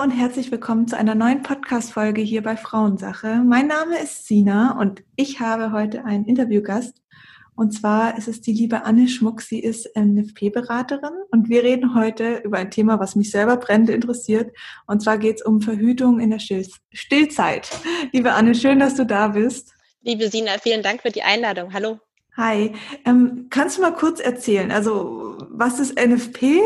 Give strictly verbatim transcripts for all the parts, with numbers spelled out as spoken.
und herzlich willkommen zu einer neuen Podcast-Folge hier bei Frauensache. Mein Name ist Sina und ich habe heute einen Interviewgast. Und zwar ist es die liebe Anne Schmuck. Sie ist N F P-Beraterin und wir reden heute über ein Thema, was mich selber brennend interessiert. Und zwar geht es um Verhütung in der Still- Stillzeit. Liebe Anne, schön, dass du da bist. Liebe Sina, vielen Dank für die Einladung. Hallo. Hi, ähm, kannst du mal kurz erzählen, also was ist N F P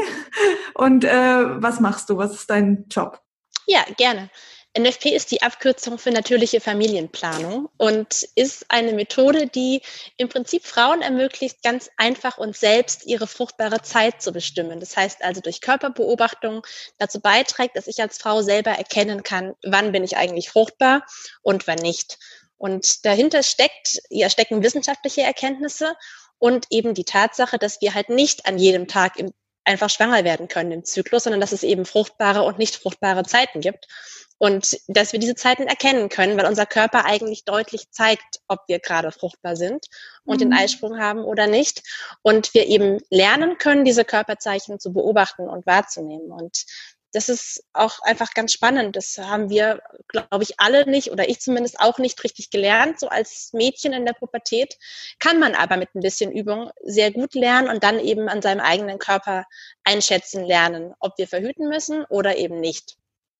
und äh, was machst du, was ist dein Job? Ja, gerne. N F P ist die Abkürzung für natürliche Familienplanung und ist eine Methode, die im Prinzip Frauen ermöglicht, ganz einfach und selbst ihre fruchtbare Zeit zu bestimmen. Das heißt also durch Körperbeobachtung dazu beiträgt, dass ich als Frau selber erkennen kann, wann bin ich eigentlich fruchtbar und wann nicht. Und dahinter steckt, ja, stecken wissenschaftliche Erkenntnisse und eben die Tatsache, dass wir halt nicht an jedem Tag im, einfach schwanger werden können im Zyklus, sondern dass es eben fruchtbare und nicht fruchtbare Zeiten gibt. Und dass wir diese Zeiten erkennen können, weil unser Körper eigentlich deutlich zeigt, ob wir gerade fruchtbar sind und mhm. den Eisprung haben oder nicht. Und wir eben lernen können, diese Körperzeichen zu beobachten und wahrzunehmen. Und das ist auch einfach ganz spannend. Das haben wir, glaube ich, alle nicht oder ich zumindest auch nicht richtig gelernt. So als Mädchen in der Pubertät kann man aber mit ein bisschen Übung sehr gut lernen und dann eben an seinem eigenen Körper einschätzen lernen, ob wir verhüten müssen oder eben nicht.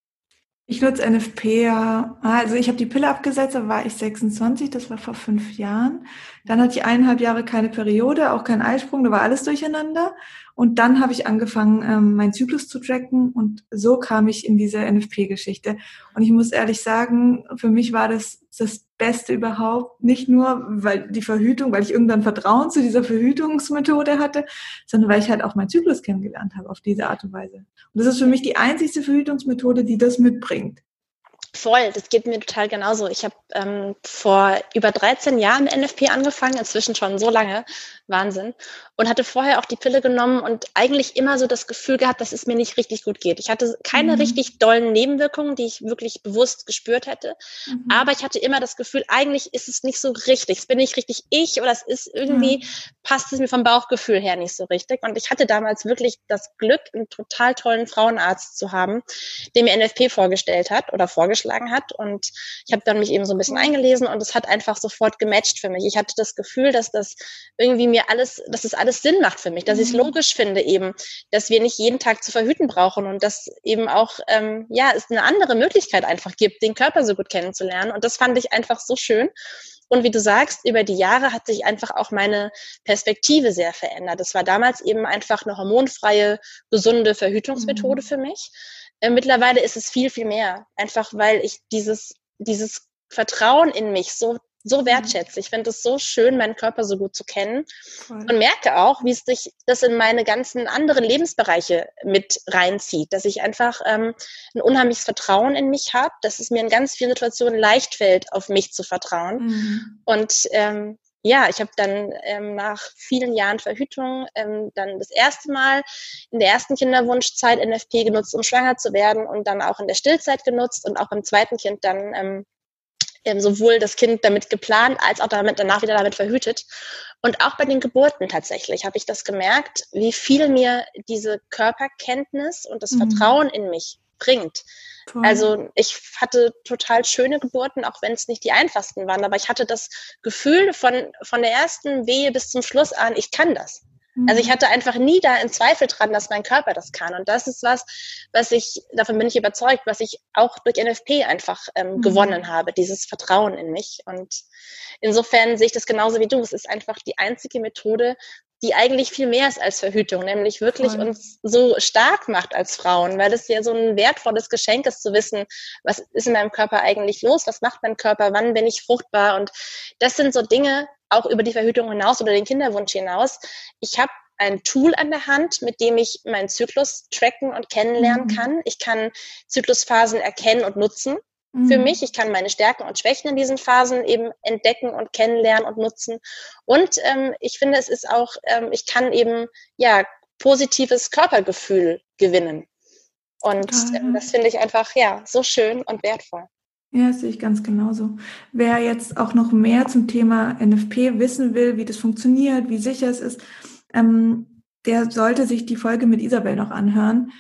Ich nutze N F P ja, also ich habe die Pille abgesetzt, da war ich sechsundzwanzig, das war vor fünf Jahren. Dann hatte ich eineinhalb Jahre keine Periode, auch keinen Eisprung, da war alles durcheinander. Und dann habe ich angefangen, ähm, meinen Zyklus zu tracken und so kam ich in diese N F P-Geschichte. Und ich muss ehrlich sagen, für mich war das das Beste überhaupt, nicht nur weil die Verhütung, weil ich irgendwann Vertrauen zu dieser Verhütungsmethode hatte, sondern weil ich halt auch meinen Zyklus kennengelernt habe auf diese Art und Weise. Und das ist für mich die einzigste Verhütungsmethode, die das mitbringt. Voll, das geht mir total genauso. Ich habe ähm, vor über dreizehn Jahren N F P angefangen, inzwischen schon so lange, Wahnsinn, und hatte vorher auch die Pille genommen und eigentlich immer so das Gefühl gehabt, dass es mir nicht richtig gut geht. Ich hatte keine mhm. richtig dollen Nebenwirkungen, die ich wirklich bewusst gespürt hätte, mhm. aber ich hatte immer das Gefühl, eigentlich ist es nicht so richtig, es bin nicht richtig ich oder es ist irgendwie, ja. passt es mir vom Bauchgefühl her nicht so richtig. Und ich hatte damals wirklich das Glück, einen total tollen Frauenarzt zu haben, der mir N F P vorgestellt hat oder vorgeschlagen hat und ich habe dann mich eben so ein bisschen eingelesen und es hat einfach sofort gematcht für mich. Ich hatte das Gefühl, dass das irgendwie mir alles, dass das alles Sinn macht für mich, dass ich es logisch finde eben, dass wir nicht jeden Tag zu verhüten brauchen und dass eben auch, ähm, ja, es eine andere Möglichkeit einfach gibt, den Körper so gut kennenzulernen und das fand ich einfach so schön. Und wie du sagst, über die Jahre hat sich einfach auch meine Perspektive sehr verändert. Das war damals eben einfach eine hormonfreie, gesunde Verhütungsmethode mhm. für mich. Äh, mittlerweile ist es viel, viel mehr. Einfach weil ich dieses, dieses Vertrauen in mich so, so wertschätze. Ich finde es so schön, meinen Körper so gut zu kennen Voll. Und merke auch, wie es sich das in meine ganzen anderen Lebensbereiche mit reinzieht. Dass ich einfach ähm, ein unheimliches Vertrauen in mich habe, dass es mir in ganz vielen Situationen leicht fällt, auf mich zu vertrauen. Mhm. Und ähm, ja, ich habe dann ähm, nach vielen Jahren Verhütung ähm, dann das erste Mal in der ersten Kinderwunschzeit N F P genutzt, um schwanger zu werden und dann auch in der Stillzeit genutzt und auch beim zweiten Kind dann ähm, ähm, sowohl das Kind damit geplant, als auch damit, danach wieder damit verhütet. Und auch bei den Geburten tatsächlich habe ich das gemerkt, wie viel mir diese Körperkenntnis und das mhm. Vertrauen in mich bringt. Toll. Also ich hatte total schöne Geburten, auch wenn es nicht die einfachsten waren, aber ich hatte das Gefühl von, von der ersten Wehe bis zum Schluss an, ich kann das. Mhm. Also ich hatte einfach nie da einen Zweifel dran, dass mein Körper das kann. Und das ist was, was ich, davon bin ich überzeugt, was ich auch durch N F P einfach ähm, mhm. gewonnen habe, dieses Vertrauen in mich. Und insofern sehe ich das genauso wie du. Es ist einfach die einzige Methode, die eigentlich viel mehr ist als Verhütung, nämlich wirklich Voll. Uns so stark macht als Frauen, weil es ja so ein wertvolles Geschenk ist zu wissen, was ist in meinem Körper eigentlich los, was macht mein Körper, wann bin ich fruchtbar und das sind so Dinge, auch über die Verhütung hinaus oder den Kinderwunsch hinaus. Ich habe ein Tool an der Hand, mit dem ich meinen Zyklus tracken und kennenlernen mhm. kann. Ich kann Zyklusphasen erkennen und nutzen. Für mich, ich kann meine Stärken und Schwächen in diesen Phasen eben entdecken und kennenlernen und nutzen. Und ähm, ich finde, es ist auch, ähm, ich kann eben ja positives Körpergefühl gewinnen. Und ähm, das finde ich einfach ja so schön und wertvoll. Ja, das sehe ich ganz genauso. Wer jetzt auch noch mehr zum Thema N F P wissen will, wie das funktioniert, wie sicher es ist, ähm, der sollte sich die Folge mit Isabel noch anhören.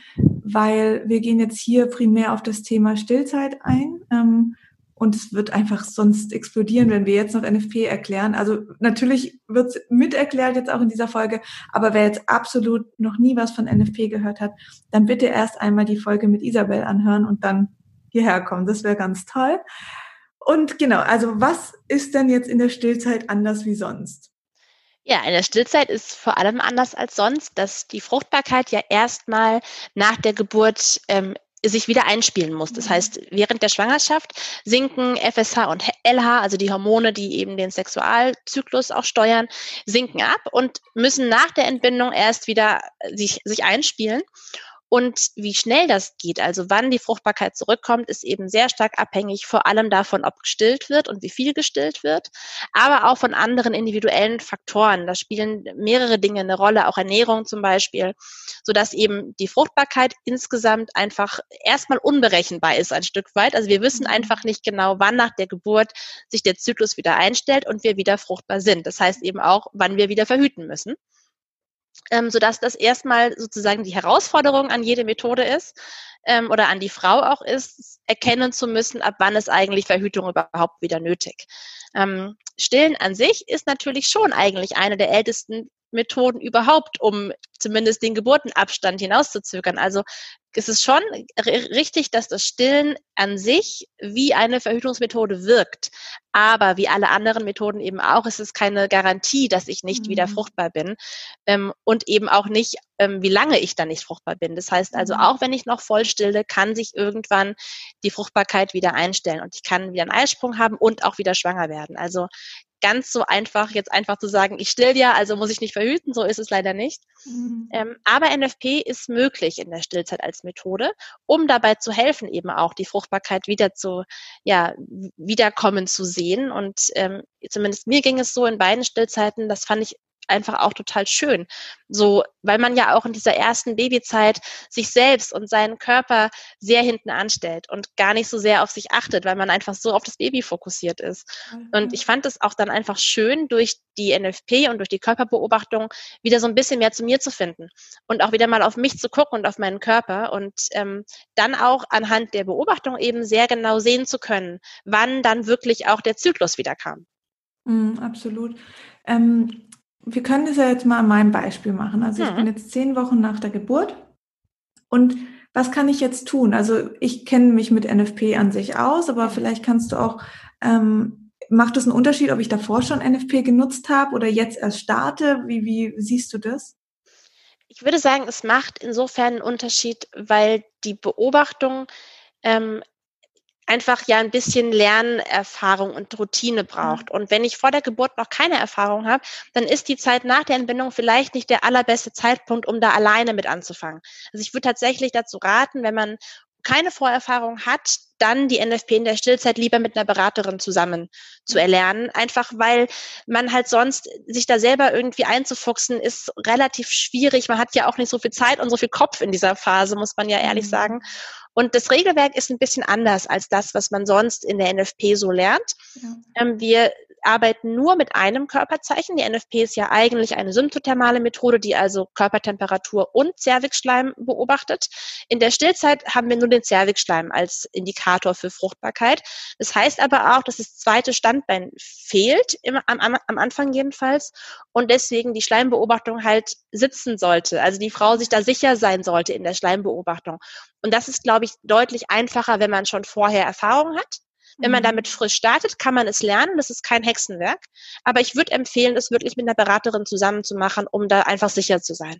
weil wir gehen jetzt hier primär auf das Thema Stillzeit ein. Ähm, und es wird einfach sonst explodieren, wenn wir jetzt noch N F P erklären. Also natürlich wird es miterklärt jetzt auch in dieser Folge, aber wer jetzt absolut noch nie was von N F P gehört hat, dann bitte erst einmal die Folge mit Isabel anhören und dann hierher kommen. Das wäre ganz toll. Und genau, also was ist denn jetzt in der Stillzeit anders wie sonst? Ja, in der Stillzeit ist vor allem anders als sonst, dass die Fruchtbarkeit ja erstmal nach der Geburt ähm, sich wieder einspielen muss. Das heißt, während der Schwangerschaft sinken F S H und L H, also die Hormone, die eben den Sexualzyklus auch steuern, sinken ab und müssen nach der Entbindung erst wieder sich, sich einspielen. Und wie schnell das geht, also wann die Fruchtbarkeit zurückkommt, ist eben sehr stark abhängig, vor allem davon, ob gestillt wird und wie viel gestillt wird, aber auch von anderen individuellen Faktoren. Da spielen mehrere Dinge eine Rolle, auch Ernährung zum Beispiel, sodass eben die Fruchtbarkeit insgesamt einfach erstmal unberechenbar ist ein Stück weit. Also wir wissen einfach nicht genau, wann nach der Geburt sich der Zyklus wieder einstellt und wir wieder fruchtbar sind. Das heißt eben auch, wann wir wieder verhüten müssen. Ähm, sodass das erstmal sozusagen die Herausforderung an jede Methode ist ähm, oder an die Frau auch ist, erkennen zu müssen, ab wann ist eigentlich Verhütung überhaupt wieder nötig. Ähm, Stillen an sich ist natürlich schon eigentlich eine der ältesten Methoden überhaupt, um zumindest den Geburtenabstand hinauszuzögern. Also es ist schon r- richtig, dass das Stillen an sich wie eine Verhütungsmethode wirkt. Aber wie alle anderen Methoden eben auch, ist es keine Garantie, dass ich nicht mhm. wieder fruchtbar bin ähm, und eben auch nicht, ähm, wie lange ich dann nicht fruchtbar bin. Das heißt also, auch wenn ich noch voll stille, kann sich irgendwann die Fruchtbarkeit wieder einstellen und ich kann wieder einen Eisprung haben und auch wieder schwanger werden. Also ganz so einfach, jetzt einfach zu sagen, ich still ja, also muss ich nicht verhüten, so ist es leider nicht. Mhm. Ähm, aber N F P ist möglich in der Stillzeit als Methode, um dabei zu helfen, eben auch die Fruchtbarkeit wieder zu, ja, wiederkommen zu sehen. Und ähm, zumindest mir ging es so in beiden Stillzeiten, das fand ich einfach auch total schön. So, weil man ja auch in dieser ersten Babyzeit sich selbst und seinen Körper sehr hinten anstellt und gar nicht so sehr auf sich achtet, weil man einfach so auf das Baby fokussiert ist. Mhm. Und ich fand es auch dann einfach schön, durch die N F P und durch die Körperbeobachtung wieder so ein bisschen mehr zu mir zu finden und auch wieder mal auf mich zu gucken und auf meinen Körper und ähm, dann auch anhand der Beobachtung eben sehr genau sehen zu können, wann dann wirklich auch der Zyklus wieder kam. Mm, absolut. Ähm, wir können das ja jetzt mal an meinem Beispiel machen. Also ich hm. bin jetzt zehn Wochen nach der Geburt und was kann ich jetzt tun? Also ich kenne mich mit N F P an sich aus, aber vielleicht kannst du auch, ähm, macht es einen Unterschied, ob ich davor schon N F P genutzt habe oder jetzt erst starte? Wie, wie siehst du das? Ich würde sagen, es macht insofern einen Unterschied, weil die Beobachtung ähm, einfach ja ein bisschen Lernerfahrung und Routine braucht. Und wenn ich vor der Geburt noch keine Erfahrung habe, dann ist die Zeit nach der Entbindung vielleicht nicht der allerbeste Zeitpunkt, um da alleine mit anzufangen. Also ich würde tatsächlich dazu raten, wenn man keine Vorerfahrung hat, dann die N F P in der Stillzeit lieber mit einer Beraterin zusammen zu erlernen. Einfach weil man halt sonst sich da selber irgendwie einzufuchsen, ist relativ schwierig. Man hat ja auch nicht so viel Zeit und so viel Kopf in dieser Phase, muss man ja ehrlich mhm. sagen. Und das Regelwerk ist ein bisschen anders als das, was man sonst in der N F P so lernt. Ja. Ähm, wir arbeiten nur mit einem Körperzeichen. Die N F P ist ja eigentlich eine symptothermale Methode, die also Körpertemperatur und Zervixschleim beobachtet. In der Stillzeit haben wir nur den Zervixschleim als Indikator für Fruchtbarkeit. Das heißt aber auch, dass das zweite Standbein fehlt, im, am, am Anfang jedenfalls, und deswegen die Schleimbeobachtung halt sitzen sollte. Also die Frau sich da sicher sein sollte in der Schleimbeobachtung. Und das ist, glaube ich, deutlich einfacher, wenn man schon vorher Erfahrung hat. Wenn man damit frisch startet, kann man es lernen. Das ist kein Hexenwerk. Aber ich würde empfehlen, es wirklich mit einer Beraterin zusammen zu machen, um da einfach sicher zu sein.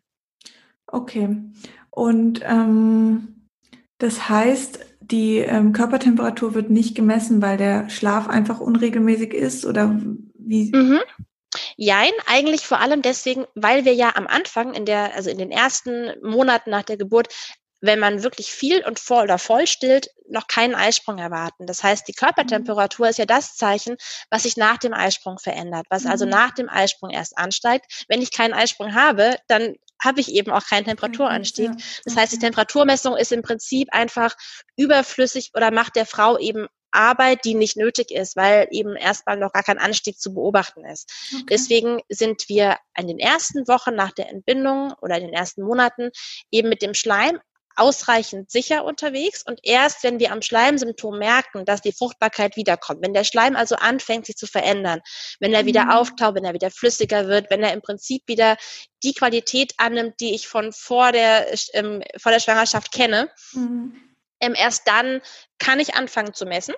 Okay. Und ähm, das heißt, die ähm, Körpertemperatur wird nicht gemessen, weil der Schlaf einfach unregelmäßig ist? Oder wie? Mhm. Jein, eigentlich vor allem deswegen, weil wir ja am Anfang, in der, also in den ersten Monaten nach der Geburt, wenn man wirklich viel und voll oder voll stillt, noch keinen Eisprung erwarten. Das heißt, die Körpertemperatur mhm. ist ja das Zeichen, was sich nach dem Eisprung verändert, was mhm. also nach dem Eisprung erst ansteigt. Wenn ich keinen Eisprung habe, dann habe ich eben auch keinen Temperaturanstieg. Ja. Das heißt, die Temperaturmessung ist im Prinzip einfach überflüssig oder macht der Frau eben Arbeit, die nicht nötig ist, weil eben erstmal noch gar kein Anstieg zu beobachten ist. Okay. Deswegen sind wir in den ersten Wochen nach der Entbindung oder in den ersten Monaten eben mit dem Schleim ausreichend sicher unterwegs und erst, wenn wir am Schleimsymptom merken, dass die Fruchtbarkeit wiederkommt, wenn der Schleim also anfängt, sich zu verändern, wenn er wieder Mhm. auftaut, wenn er wieder flüssiger wird, wenn er im Prinzip wieder die Qualität annimmt, die ich von vor der, ähm, vor der Schwangerschaft kenne, Mhm. ähm, erst dann kann ich anfangen zu messen,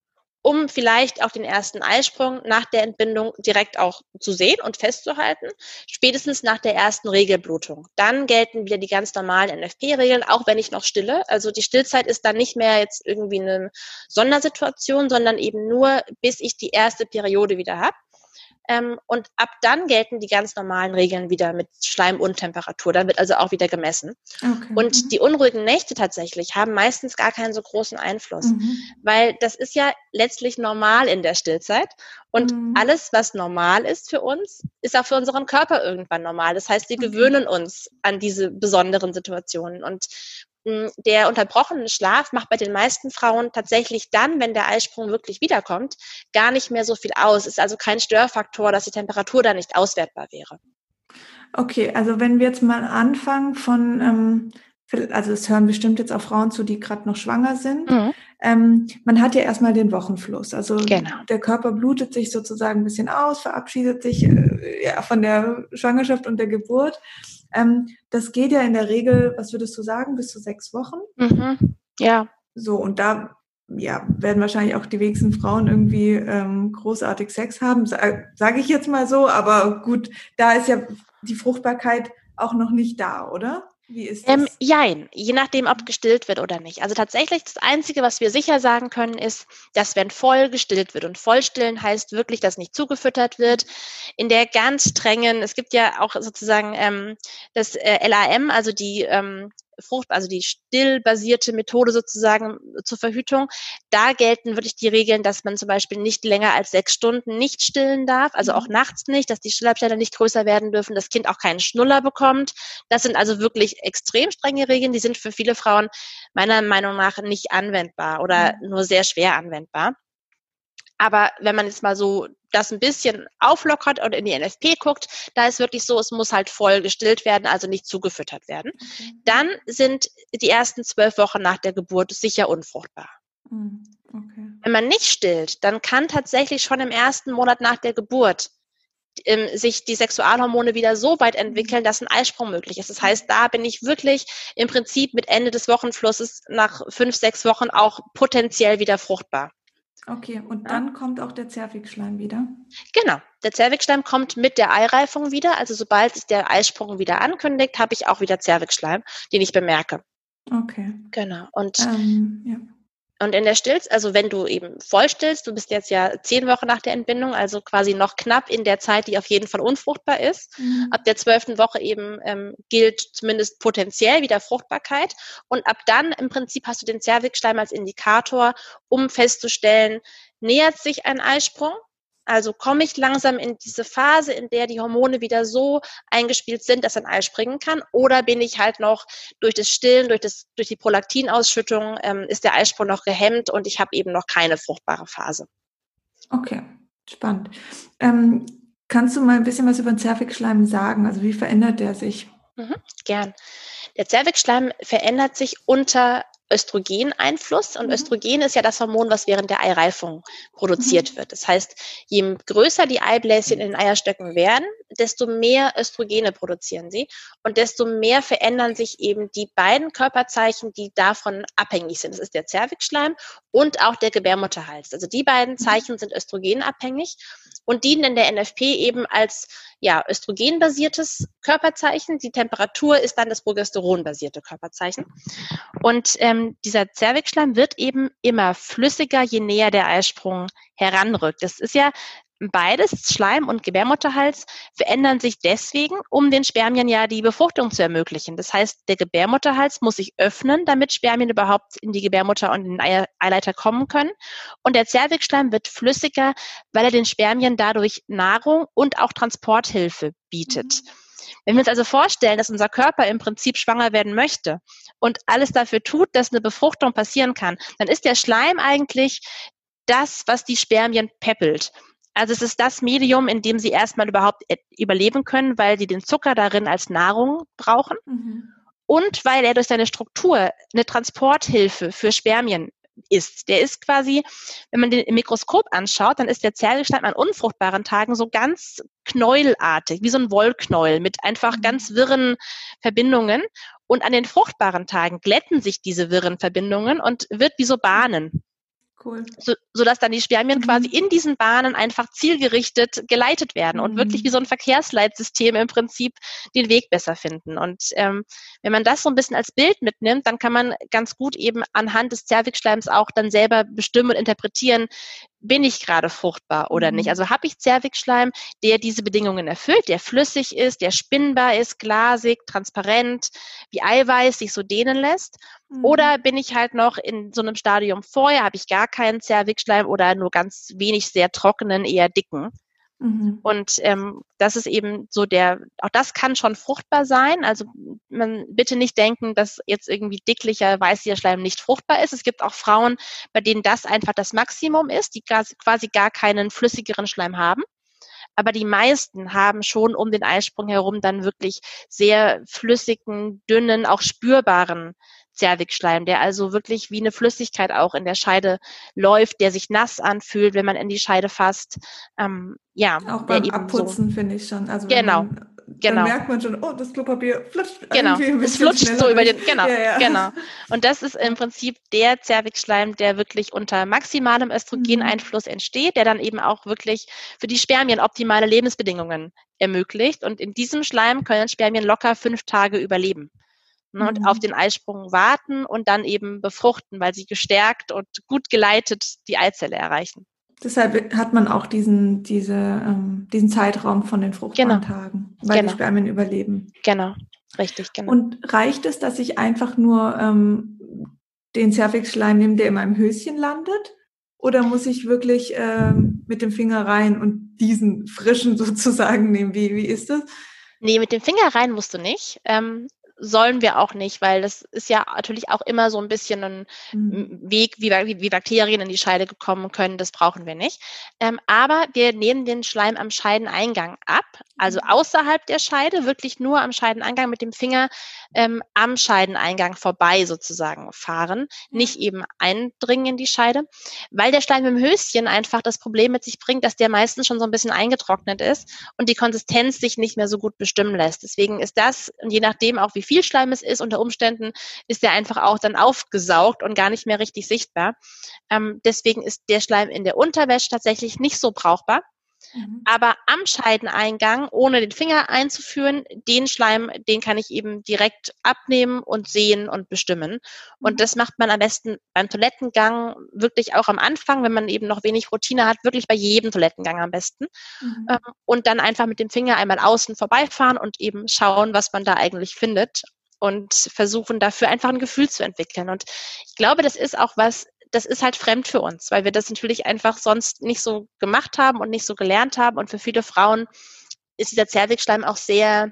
um vielleicht auch den ersten Eisprung nach der Entbindung direkt auch zu sehen und festzuhalten, spätestens nach der ersten Regelblutung. Dann gelten wieder die ganz normalen N F P-Regeln, auch wenn ich noch stille. Also die Stillzeit ist dann nicht mehr jetzt irgendwie eine Sondersituation, sondern eben nur, bis ich die erste Periode wieder habe. Ähm, und ab dann gelten die ganz normalen Regeln wieder mit Schleim und Temperatur. Da wird also auch wieder gemessen. Okay. Und Mhm. die unruhigen Nächte tatsächlich haben meistens gar keinen so großen Einfluss, Mhm. weil das ist ja letztlich normal in der Stillzeit. Und Mhm. alles, was normal ist für uns, ist auch für unseren Körper irgendwann normal. Das heißt, wir Okay. gewöhnen uns an diese besonderen Situationen. Und mh, der unterbrochene Schlaf macht bei den meisten Frauen tatsächlich dann, wenn der Eisprung wirklich wiederkommt, gar nicht mehr so viel aus. Ist also kein Störfaktor, dass die Temperatur da nicht auswertbar wäre. Okay, also wenn wir jetzt mal anfangen von, ähm, also es hören bestimmt jetzt auch Frauen zu, die gerade noch schwanger sind. Mhm. Ähm, man hat ja erstmal den Wochenfluss. Also Genau. der Körper blutet sich sozusagen ein bisschen aus, verabschiedet sich äh, ja, von der Schwangerschaft und der Geburt. Ähm, das geht ja in der Regel, was würdest du sagen, bis zu sechs Wochen? Mhm. Ja. So, und da ja, werden wahrscheinlich auch die wenigsten Frauen irgendwie ähm, großartig Sex haben, sage sag ich jetzt mal so. Aber gut, da ist ja die Fruchtbarkeit auch noch nicht da, oder? Wie ist Ähm, das? jein, je nachdem, ob gestillt wird oder nicht. Also tatsächlich, das Einzige, was wir sicher sagen können, ist, dass wenn voll gestillt wird, und vollstillen heißt wirklich, dass nicht zugefüttert wird, in der ganz strengen, es gibt ja auch sozusagen ähm, das äh, L A M, also die ähm, Frucht, also die stillbasierte Methode sozusagen zur Verhütung, da gelten wirklich die Regeln, dass man zum Beispiel nicht länger als sechs Stunden nicht stillen darf, also auch nachts nicht, dass die Stillabstände nicht größer werden dürfen, das Kind auch keinen Schnuller bekommt. Das sind also wirklich extrem strenge Regeln, die sind für viele Frauen meiner Meinung nach nicht anwendbar oder nur sehr schwer anwendbar. Aber wenn man jetzt mal so das ein bisschen auflockert und in die N F P guckt, da ist wirklich so, es muss halt voll gestillt werden, also nicht zugefüttert werden. Okay. Dann sind die ersten zwölf Wochen nach der Geburt sicher unfruchtbar. Okay. Wenn man nicht stillt, dann kann tatsächlich schon im ersten Monat nach der Geburt ähm, sich die Sexualhormone wieder so weit entwickeln, dass ein Eisprung möglich ist. Das heißt, da bin ich wirklich im Prinzip mit Ende des Wochenflusses nach fünf, sechs Wochen auch potenziell wieder fruchtbar. Okay, und Ja? dann kommt auch der Zervixschleim wieder? Genau, der Zervixschleim kommt mit der Eireifung wieder. Also sobald sich der Eisprung wieder ankündigt, habe ich auch wieder Zervixschleim, den ich bemerke. Okay. Genau. Und ähm, ja. Und in der Stillz, also wenn du eben voll stillst, du bist jetzt ja zehn Wochen nach der Entbindung, also quasi noch knapp in der Zeit, die auf jeden Fall unfruchtbar ist. Mhm. Ab der zwölften Woche eben ähm, gilt zumindest potenziell wieder Fruchtbarkeit. Und ab dann im Prinzip hast du den Zervixschleim als Indikator, um festzustellen, nähert sich ein Eisprung? Also komme ich langsam in diese Phase, in der die Hormone wieder so eingespielt sind, dass ein Ei springen kann? Oder bin ich halt noch durch das Stillen, durch, das, durch die Prolaktinausschüttung, ähm, ist der Eisprung noch gehemmt und ich habe eben noch keine fruchtbare Phase. Okay, spannend. Ähm, kannst du mal ein bisschen was über den Zervixschleim sagen? Also wie verändert der sich? Mhm, gern. Der Zervixschleim verändert sich unter Östrogeneinfluss und mhm. Östrogen ist ja das Hormon, was während der Eireifung produziert mhm. wird. Das heißt, je größer die Eibläschen in den Eierstöcken werden, desto mehr Östrogene produzieren sie und desto mehr verändern sich eben die beiden Körperzeichen, die davon abhängig sind. Das ist der Zervixschleim und auch der Gebärmutterhals. Also die beiden Zeichen sind östrogenabhängig und dienen in der N F P eben als ja, östrogenbasiertes Körperzeichen. Die Temperatur ist dann das progesteronbasierte Körperzeichen. Und ähm, dieser Zervixschleim wird eben immer flüssiger, je näher der Eisprung heranrückt. Das ist ja beides, Schleim und Gebärmutterhals, verändern sich deswegen, um den Spermien ja die Befruchtung zu ermöglichen. Das heißt, der Gebärmutterhals muss sich öffnen, damit Spermien überhaupt in die Gebärmutter und in den Eileiter kommen können. Und der Zervixschleim wird flüssiger, weil er den Spermien dadurch Nahrung und auch Transporthilfe bietet. Mhm. Wenn wir uns also vorstellen, dass unser Körper im Prinzip schwanger werden möchte und alles dafür tut, dass eine Befruchtung passieren kann, dann ist der Schleim eigentlich das, was die Spermien peppelt. Also es ist das Medium, in dem sie erstmal überhaupt überleben können, weil sie den Zucker darin als Nahrung brauchen. Mhm. und weil er durch seine Struktur eine Transporthilfe für Spermien ist. Der ist quasi, wenn man den im Mikroskop anschaut, dann ist der Zervixschleim an unfruchtbaren Tagen so ganz knäuelartig, wie so ein Wollknäuel mit einfach ganz wirren Verbindungen. Und an den fruchtbaren Tagen glätten sich diese wirren Verbindungen und wird wie so Bahnen. Cool. So, sodass dann die Spermien Mhm. quasi in diesen Bahnen einfach zielgerichtet geleitet werden Mhm. und wirklich wie so ein Verkehrsleitsystem im Prinzip den Weg besser finden. Und ähm, wenn man das so ein bisschen als Bild mitnimmt, dann kann man ganz gut eben anhand des Zervixschleims auch dann selber bestimmen und interpretieren, bin ich gerade fruchtbar oder Mhm. nicht? Also habe ich Zervixschleim, der diese Bedingungen erfüllt, der flüssig ist, der spinnbar ist, glasig, transparent, wie Eiweiß sich so dehnen lässt? Mhm. Oder bin ich halt noch in so einem Stadium vorher, habe ich gar keinen Zervixschleim oder nur ganz wenig sehr trockenen, eher dicken? Mhm. Und ähm, das ist eben so der, auch das kann schon fruchtbar sein. Also man bitte nicht denken, dass jetzt irgendwie dicklicher, weißlicher Schleim nicht fruchtbar ist. Es gibt auch Frauen, bei denen das einfach das Maximum ist, die quasi gar keinen flüssigeren Schleim haben. Aber die meisten haben schon um den Eisprung herum dann wirklich sehr flüssigen, dünnen, auch spürbaren Zervixschleim, der also wirklich wie eine Flüssigkeit auch in der Scheide läuft, der sich nass anfühlt, wenn man in die Scheide fasst. Ähm, ja, Auch der beim eben Abputzen so, finde ich schon. Also wenn genau, man, dann genau. merkt man schon, oh, das Klopapier flutscht Genau, irgendwie ein es bisschen flutscht schneller so über durch. den, genau, Ja, ja. genau. Und das ist im Prinzip der Zervixschleim, der wirklich unter maximalem Östrogeneinfluss entsteht, der dann eben auch wirklich für die Spermien optimale Lebensbedingungen ermöglicht. Und in diesem Schleim können Spermien locker fünf Tage überleben, ne, und auf den Eisprung warten und dann eben befruchten, weil sie gestärkt und gut geleitet die Eizelle erreichen. Deshalb hat man auch diesen, diese, ähm, diesen Zeitraum von den fruchtbaren Genau. Tagen, weil Genau. die Spermien überleben. Genau, richtig, genau. Und reicht es, dass ich einfach nur ähm, den Zervixschleim nehme, der in meinem Höschen landet? Oder muss ich wirklich ähm, mit dem Finger rein und diesen frischen sozusagen nehmen? Wie, wie ist das? Nee, mit dem Finger rein musst du nicht. Ähm, sollen wir auch nicht, weil das ist ja natürlich auch immer so ein bisschen ein Mhm. Weg, wie, wie Bakterien in die Scheide kommen können. Das brauchen wir nicht. Ähm, aber wir nehmen den Schleim am Scheideneingang ab, also außerhalb der Scheide, wirklich nur am Scheideneingang mit dem Finger ähm, am Scheideneingang vorbei sozusagen fahren, Ja. nicht eben eindringen in die Scheide, weil der Schleim im Höschen einfach das Problem mit sich bringt, dass der meistens schon so ein bisschen eingetrocknet ist und die Konsistenz sich nicht mehr so gut bestimmen lässt. Deswegen ist das, und je nachdem auch wie viel Schleim es ist, unter Umständen ist der einfach auch dann aufgesaugt und gar nicht mehr richtig sichtbar. Ähm, deswegen ist der Schleim in der Unterwäsche tatsächlich nicht so brauchbar. Mhm. Aber am Scheideneingang, ohne den Finger einzuführen, den Schleim, den kann ich eben direkt abnehmen und sehen und bestimmen. Und das macht man am besten beim Toilettengang, wirklich auch am Anfang, wenn man eben noch wenig Routine hat, wirklich bei jedem Toilettengang am besten. Mhm. Ähm, und dann einfach mit dem Finger einmal außen vorbeifahren und eben schauen, was man da eigentlich findet und versuchen dafür einfach ein Gefühl zu entwickeln. Und ich glaube, das ist auch was, das ist halt fremd für uns, weil wir das natürlich einfach sonst nicht so gemacht haben und nicht so gelernt haben. Und für viele Frauen ist dieser Zervixschleim auch sehr,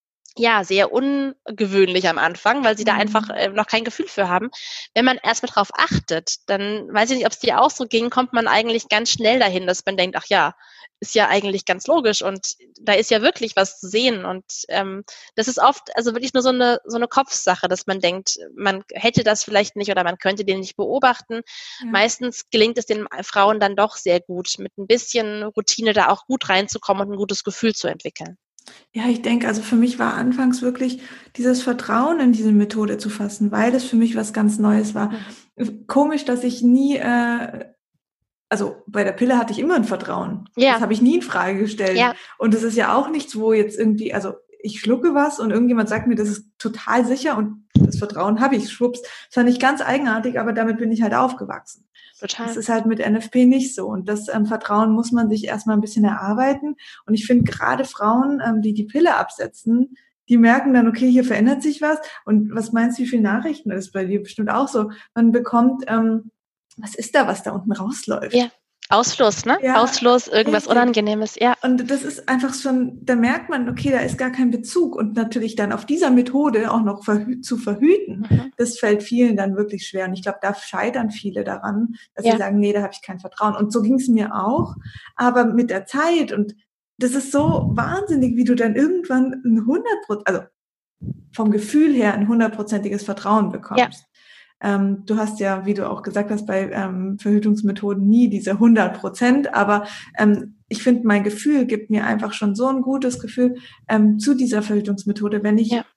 ja, sehr ungewöhnlich am Anfang, weil sie mhm. da einfach äh, noch kein Gefühl für haben. Wenn man erstmal drauf achtet, dann weiß ich nicht, ob es dir auch so ging, kommt man eigentlich ganz schnell dahin, dass man denkt, ach ja, ist ja eigentlich ganz logisch und da ist ja wirklich was zu sehen. Und ähm, das ist oft also wirklich nur so eine so eine Kopfsache, dass man denkt, man hätte das vielleicht nicht oder man könnte den nicht beobachten. Ja. Meistens gelingt es den Frauen dann doch sehr gut, mit ein bisschen Routine da auch gut reinzukommen und ein gutes Gefühl zu entwickeln. Ja, ich denke, also für mich war anfangs wirklich dieses Vertrauen in diese Methode zu fassen, weil das für mich was ganz Neues war. Mhm. Komisch, dass ich nie, äh, also bei der Pille hatte ich immer ein Vertrauen. Ja. Das habe ich nie in Frage gestellt. Ja. Und das ist ja auch nichts, wo jetzt irgendwie, also ich schlucke was und irgendjemand sagt mir, das ist total sicher und das Vertrauen habe ich, schwupps. Das war nicht ganz eigenartig, aber damit bin ich halt aufgewachsen. Total. Das ist halt mit N F P nicht so. Und das ähm, Vertrauen muss man sich erstmal ein bisschen erarbeiten. Und ich finde gerade Frauen, ähm, die die Pille absetzen, die merken dann, okay, hier verändert sich was. Und was meinst du, wie viele Nachrichten, das ist bei dir bestimmt auch so, man bekommt, ähm, was ist da, was da unten rausläuft? Ja. Ausfluss, ne? Ja, Ausfluss, irgendwas richtig. Unangenehmes, ja. Und das ist einfach schon, da merkt man, okay, da ist gar kein Bezug. Und natürlich dann auf dieser Methode auch noch verhü- zu verhüten, mhm. das fällt vielen dann wirklich schwer. Und ich glaube, da scheitern viele daran, dass ja. sie sagen, nee, da habe ich kein Vertrauen. Und so ging es mir auch. Aber mit der Zeit, und das ist so wahnsinnig, wie du dann irgendwann ein hundert Prozent, also vom Gefühl her ein hundertprozentiges Vertrauen bekommst. Ja. Ähm, du hast ja, wie du auch gesagt hast, bei ähm, Verhütungsmethoden nie diese hundert Prozent, aber ähm, ich finde, mein Gefühl gibt mir einfach schon so ein gutes Gefühl ähm, zu dieser Verhütungsmethode, wenn ich Ja.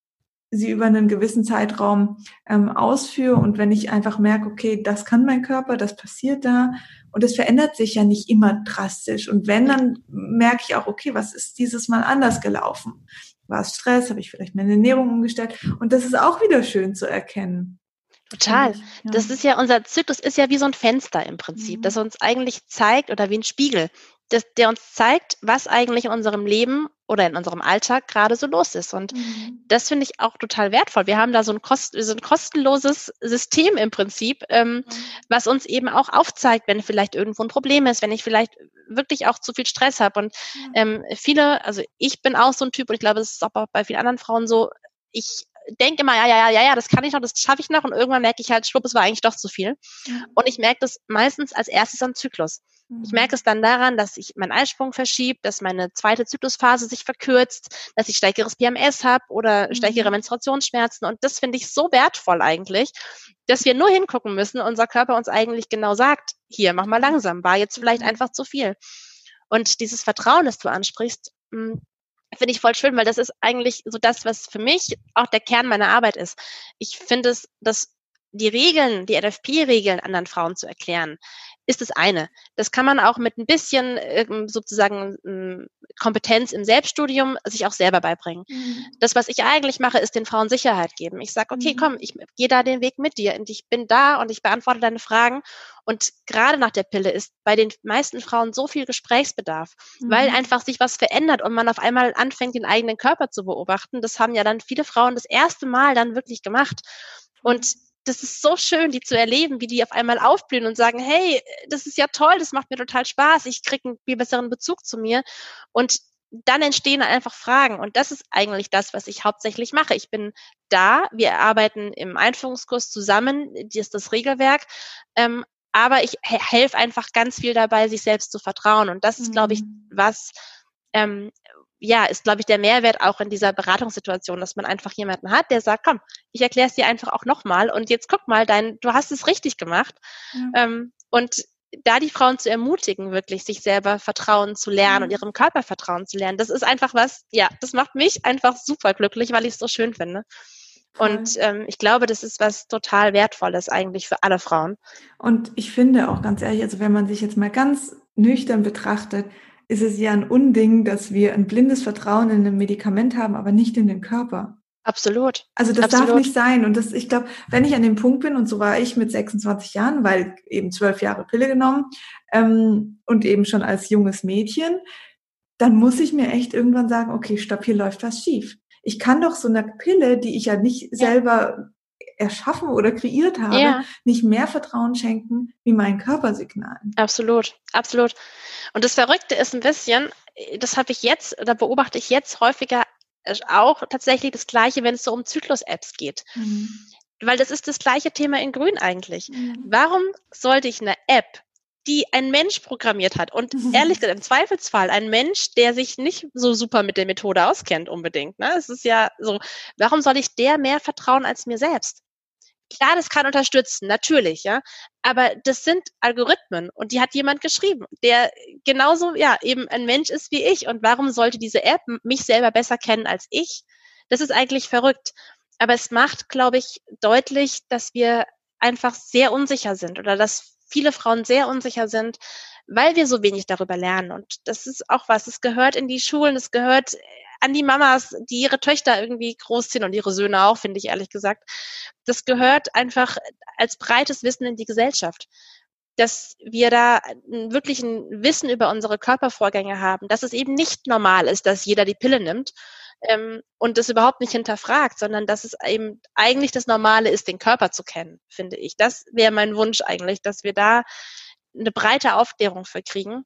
sie über einen gewissen Zeitraum ähm, ausführe und wenn ich einfach merke, okay, das kann mein Körper, das passiert da und es verändert sich ja nicht immer drastisch. Und wenn, dann merke ich auch, okay, was ist dieses Mal anders gelaufen? War es Stress? Habe ich vielleicht meine Ernährung umgestellt? Und das ist auch wieder schön zu erkennen. Total. Ich, ja. Das ist ja, unser Zyklus ist ja wie so ein Fenster im Prinzip, Mhm. das uns eigentlich zeigt, oder wie ein Spiegel, das, der uns zeigt, was eigentlich in unserem Leben oder in unserem Alltag gerade so los ist. Und Mhm. das finde ich auch total wertvoll. Wir haben da so ein, kost, so ein kostenloses System im Prinzip, ähm, Mhm. was uns eben auch aufzeigt, wenn vielleicht irgendwo ein Problem ist, wenn ich vielleicht wirklich auch zu viel Stress habe. Und Ja. ähm, viele, also ich bin auch so ein Typ, und ich glaube, das ist auch bei vielen anderen Frauen so, ich denke immer, ja, ja, ja, ja, das kann ich noch, das schaffe ich noch, und irgendwann merke ich halt, schwupp, es war eigentlich doch zu viel. Ja. Und ich merke das meistens als erstes am Zyklus. Mhm. Ich merke es dann daran, dass sich mein Eisprung verschiebt, dass meine zweite Zyklusphase sich verkürzt, dass ich stärkeres P M S habe oder Mhm. stärkere Menstruationsschmerzen. Und das finde ich so wertvoll eigentlich, dass wir nur hingucken müssen, unser Körper uns eigentlich genau sagt, hier, mach mal langsam, war jetzt vielleicht einfach zu viel. Und dieses Vertrauen, das du ansprichst, mh, finde ich voll schön, weil das ist eigentlich so das, was für mich auch der Kern meiner Arbeit ist. Ich finde es, dass die Regeln, die N F P-Regeln anderen Frauen zu erklären, ist das eine. Das kann man auch mit ein bisschen ähm, sozusagen ähm, Kompetenz im Selbststudium sich auch selber beibringen. Mhm. Das, was ich eigentlich mache, ist den Frauen Sicherheit geben. Ich sage, okay, Mhm. komm, ich gehe da den Weg mit dir und ich bin da und ich beantworte deine Fragen. Und gerade nach der Pille ist bei den meisten Frauen so viel Gesprächsbedarf, Mhm. weil einfach sich was verändert und man auf einmal anfängt, den eigenen Körper zu beobachten. Das haben ja dann viele Frauen das erste Mal dann wirklich gemacht. Und das ist so schön, die zu erleben, wie die auf einmal aufblühen und sagen, hey, das ist ja toll, das macht mir total Spaß, ich kriege einen viel besseren Bezug zu mir. Und dann entstehen einfach Fragen. Und das ist eigentlich das, was ich hauptsächlich mache. Ich bin da, wir arbeiten im Einführungskurs zusammen, das ist das Regelwerk, ähm, aber ich he- helfe einfach ganz viel dabei, sich selbst zu vertrauen. Und das ist, glaube ich, was, ähm, ja, ist, glaube ich, der Mehrwert auch in dieser Beratungssituation, dass man einfach jemanden hat, der sagt, komm, ich erkläre es dir einfach auch nochmal und jetzt guck mal, dein, du hast es richtig gemacht. Ja. Ähm, und da die Frauen zu ermutigen, wirklich sich selber vertrauen zu lernen und ihrem Körper vertrauen zu lernen, das ist einfach was, ja, das macht mich einfach super glücklich, weil ich es so schön finde. Voll. Und ähm, ich glaube, das ist was total Wertvolles eigentlich für alle Frauen. Und ich finde auch ganz ehrlich, also wenn man sich jetzt mal ganz nüchtern betrachtet, ist es ja ein Unding, dass wir ein blindes Vertrauen in ein Medikament haben, aber nicht in den Körper. Absolut. Also das Absolut. darf nicht sein. Und das, ich glaube, wenn ich an dem Punkt bin, und so war ich mit sechsundzwanzig Jahren, weil eben zwölf Jahre Pille genommen ähm, und eben schon als junges Mädchen, dann muss ich mir echt irgendwann sagen, okay, stopp, hier läuft was schief. Ich kann doch so eine Pille, die ich ja nicht Ja. selber erschaffen oder kreiert habe, Ja. nicht mehr Vertrauen schenken wie meinen Körpersignalen. Absolut, absolut. Und das Verrückte ist ein bisschen, das habe ich jetzt, oder beobachte ich jetzt häufiger auch tatsächlich das Gleiche, wenn es so um Zyklus-Apps geht. Mhm. Weil das ist das gleiche Thema in Grün eigentlich. Mhm. Warum sollte ich eine App, die ein Mensch programmiert hat, und ehrlich gesagt, im Zweifelsfall ein Mensch, der sich nicht so super mit der Methode auskennt unbedingt, ne? Es ist ja so, warum soll ich der mehr vertrauen als mir selbst? Klar, das kann unterstützen, natürlich, ja. Aber das sind Algorithmen und die hat jemand geschrieben, der genauso, ja, eben ein Mensch ist wie ich. Und warum sollte diese App mich selber besser kennen als ich? Das ist eigentlich verrückt. Aber es macht, glaube ich, deutlich, dass wir einfach sehr unsicher sind oder dass viele Frauen sehr unsicher sind, weil wir so wenig darüber lernen. Und das ist auch was, es gehört in die Schulen, es gehört an die Mamas, die ihre Töchter irgendwie großziehen und ihre Söhne auch, finde ich ehrlich gesagt. Das gehört einfach als breites Wissen in die Gesellschaft, dass wir da wirklich ein Wissen über unsere Körpervorgänge haben, dass es eben nicht normal ist, dass jeder die Pille nimmt ähm, und das überhaupt nicht hinterfragt, sondern dass es eben eigentlich das Normale ist, den Körper zu kennen, finde ich. Das wäre mein Wunsch eigentlich, dass wir da eine breite Aufklärung für kriegen.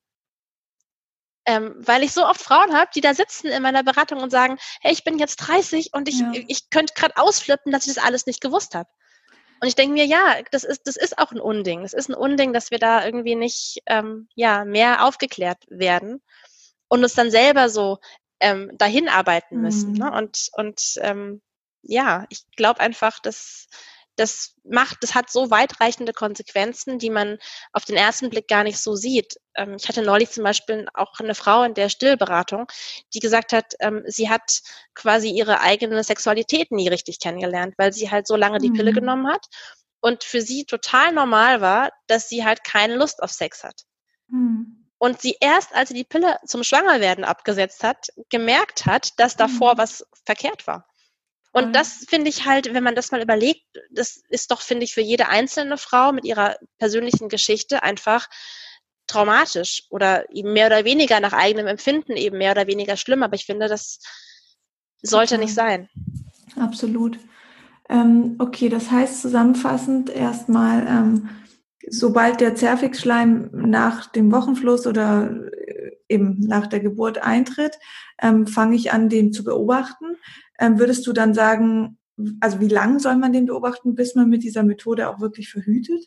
Ähm, weil ich so oft Frauen habe, die da sitzen in meiner Beratung und sagen, hey, ich bin jetzt dreißig und ich, Ja. ich könnte gerade ausflippen, dass ich das alles nicht gewusst habe. Und ich denke mir, ja, das ist, das ist auch ein Unding. Das ist ein Unding, dass wir da irgendwie nicht ähm, ja, mehr aufgeklärt werden und uns dann selber so ähm, dahin arbeiten müssen. Mhm. Ne? Und, und ähm, ja, ich glaube einfach, dass das macht, das hat so weitreichende Konsequenzen, die man auf den ersten Blick gar nicht so sieht. Ähm, ich hatte neulich zum Beispiel auch eine Frau in der Stillberatung, die gesagt hat, ähm, sie hat quasi ihre eigene Sexualität nie richtig kennengelernt, weil sie halt so lange die Pille Mhm. genommen hat und für sie total normal war, dass sie halt keine Lust auf Sex hat. Mhm. Und sie erst, als sie die Pille zum Schwangerwerden abgesetzt hat, gemerkt hat, dass davor Mhm. was verkehrt war. Und Voll. das finde ich halt, wenn man das mal überlegt, das ist doch, finde ich, für jede einzelne Frau mit ihrer persönlichen Geschichte einfach traumatisch oder eben mehr oder weniger nach eigenem Empfinden eben mehr oder weniger schlimm. Aber ich finde, das sollte Total. nicht sein. Absolut. Ähm, okay, das heißt zusammenfassend erstmal, ähm, sobald der Zervixschleim nach dem Wochenfluss oder äh, eben nach der Geburt eintritt, ähm, fange ich an, den zu beobachten. Ähm, würdest du dann sagen, also wie lange soll man den beobachten, bis man mit dieser Methode auch wirklich verhütet?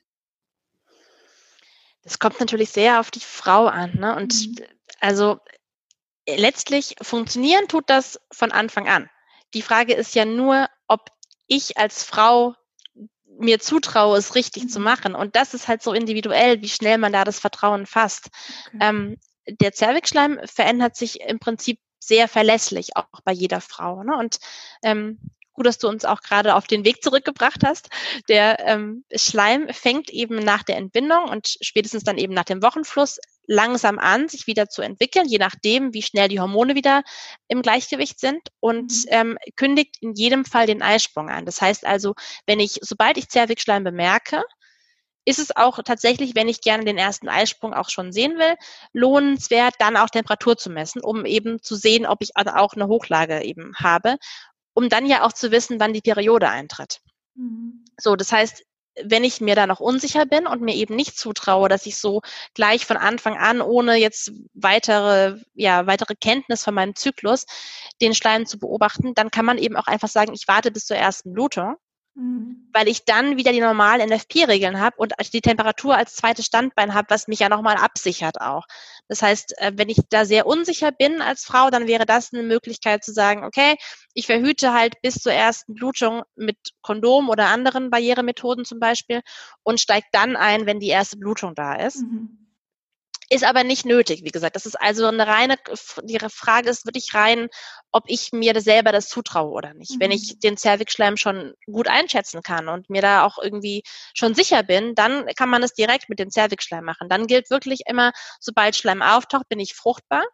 Das kommt natürlich sehr auf die Frau an, ne? Und Mhm. also letztlich funktionieren tut das von Anfang an. Die Frage ist ja nur, ob ich als Frau mir zutraue, es richtig Mhm. zu machen. Und das ist halt so individuell, wie schnell man da das Vertrauen fasst. Okay. Ähm, der Zervixschleim verändert sich im Prinzip sehr verlässlich, auch bei jeder Frau. Ne? Und ähm, gut, dass du uns auch gerade auf den Weg zurückgebracht hast. Der ähm, Schleim fängt eben nach der Entbindung und spätestens dann eben nach dem Wochenfluss langsam an, sich wieder zu entwickeln, je nachdem, wie schnell die Hormone wieder im Gleichgewicht sind und Mhm. ähm, kündigt in jedem Fall den Eisprung an. Das heißt also, wenn ich, sobald ich Zervixschleim bemerke, ist es auch tatsächlich, wenn ich gerne den ersten Eisprung auch schon sehen will, lohnenswert, dann auch Temperatur zu messen, um eben zu sehen, ob ich auch eine Hochlage eben habe, um dann ja auch zu wissen, wann die Periode eintritt. Mhm. So, das heißt, wenn ich mir da noch unsicher bin und mir eben nicht zutraue, dass ich so gleich von Anfang an, ohne jetzt weitere, ja, weitere Kenntnis von meinem Zyklus, den Schleim zu beobachten, dann kann man eben auch einfach sagen, ich warte bis zur ersten Blutung, Mhm. weil ich dann wieder die normalen N F P-Regeln habe und die Temperatur als zweites Standbein habe, was mich ja nochmal absichert auch. Das heißt, wenn ich da sehr unsicher bin als Frau, dann wäre das eine Möglichkeit zu sagen, okay, ich verhüte halt bis zur ersten Blutung mit Kondom oder anderen Barrieremethoden zum Beispiel und steige dann ein, wenn die erste Blutung da ist. Mhm. Ist aber nicht nötig, wie gesagt. Das ist also eine reine, die Frage ist wirklich rein, ob ich mir das selber das zutraue oder nicht. Mhm. Wenn ich den Zervixschleim schon gut einschätzen kann und mir da auch irgendwie schon sicher bin, dann kann man es direkt mit dem Zervixschleim machen. Dann gilt wirklich immer, sobald Schleim auftaucht, bin ich fruchtbar.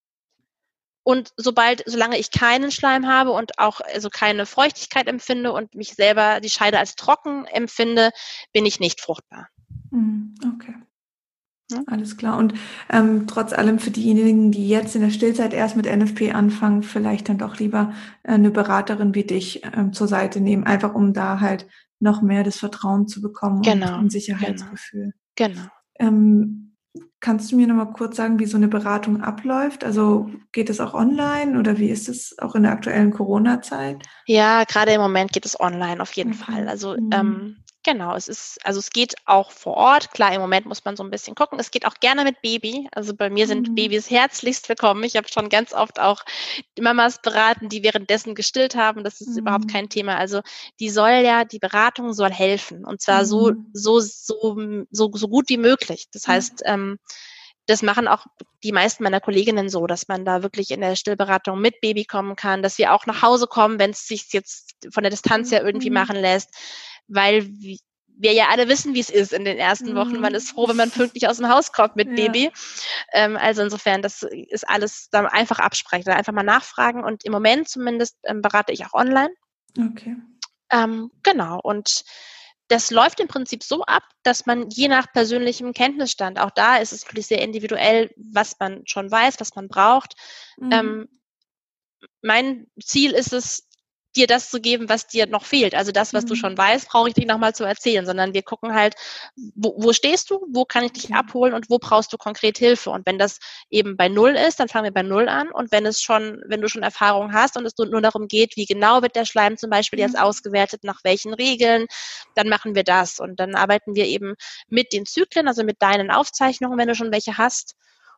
Und sobald, solange ich keinen Schleim habe und auch also keine Feuchtigkeit empfinde und mich selber die Scheide als trocken empfinde, bin ich nicht fruchtbar. Mhm. Okay. Ja? Alles klar. Und ähm, trotz allem für diejenigen, die jetzt in der Stillzeit erst mit N F P anfangen, vielleicht dann doch lieber äh, eine Beraterin wie dich ähm, zur Seite nehmen, einfach um da halt noch mehr das Vertrauen zu bekommen und Genau, ein genau, Sicherheitsgefühl. genau. Ähm, kannst du mir noch mal kurz sagen, wie so eine Beratung abläuft? Also geht es auch online oder wie ist es auch in der aktuellen Corona-Zeit? Ja, gerade im Moment geht es online auf jeden Okay. Fall. Also Mhm. ähm, genau, es ist, also es geht auch vor Ort. Klar, im Moment muss man so ein bisschen gucken. Es geht auch gerne mit Baby. Also bei mir sind Mhm. Babys herzlichst willkommen. Ich habe schon ganz oft auch die Mamas beraten, die währenddessen gestillt haben. Das ist überhaupt Mhm. kein Thema. Also die soll ja, die Beratung soll helfen und zwar so Mhm. so so so so gut wie möglich. Das Ja. heißt ähm, das machen auch die meisten meiner Kolleginnen so, dass man da wirklich in der Stillberatung mit Baby kommen kann, dass wir auch nach Hause kommen, wenn es sich jetzt von der Distanz her irgendwie Mhm. machen lässt, weil wir ja alle wissen, wie es ist in den ersten Wochen. Man ist Mhm. froh, wenn man pünktlich aus dem Haus kommt mit Ja. Baby. Ähm, also insofern, das ist alles dann einfach absprechen, einfach mal nachfragen und im Moment zumindest ähm, berate ich auch online. Okay. Ähm, genau und das läuft im Prinzip so ab, dass man je nach persönlichem Kenntnisstand, auch da ist es natürlich sehr individuell, was man schon weiß, was man braucht. Mhm. Ähm, mein Ziel ist es, dir das zu geben, was dir noch fehlt. Also das, was du schon Mhm. weißt, brauche ich dich nochmal zu erzählen, sondern wir gucken halt, wo, wo stehst du, wo kann ich dich Okay. abholen und wo brauchst du konkret Hilfe. Und wenn das eben bei Null ist, dann fangen wir bei Null an. Und wenn es schon, wenn du schon Erfahrung hast und es nur darum geht, wie genau wird der Schleim zum Beispiel Ja. jetzt ausgewertet, nach welchen Regeln, dann machen wir das. Und dann arbeiten wir eben mit den Zyklen, also mit deinen Aufzeichnungen, wenn du schon welche hast.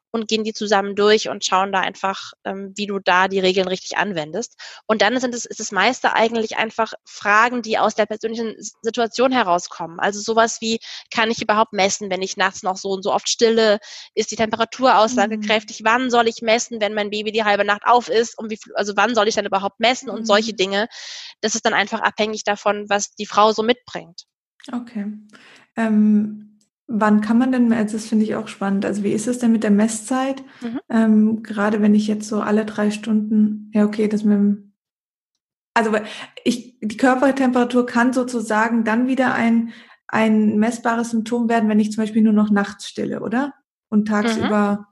und gehen die zusammen durch und schauen da einfach, ähm, wie du da die Regeln richtig anwendest. Und dann sind es, ist das meiste eigentlich einfach Fragen, die aus der persönlichen Situation herauskommen. Also sowas wie, kann ich überhaupt messen, wenn ich nachts noch so und so oft stille? Ist die Temperatur aussagekräftig? Mhm. Wann soll ich messen, wenn mein Baby die halbe Nacht auf ist? Und wie, also wann soll ich dann überhaupt messen? Und mhm. solche Dinge. Das ist dann einfach abhängig davon, was die Frau so mitbringt. Okay. Ähm Wann kann man denn, also das finde ich auch spannend, also wie ist es denn mit der Messzeit? Mhm. Ähm, gerade wenn ich jetzt so alle drei Stunden, ja okay, das mit dem, also ich, die Körpertemperatur kann sozusagen dann wieder ein, ein messbares Symptom werden, wenn ich zum Beispiel nur noch nachts stille, oder? Und tagsüber mhm.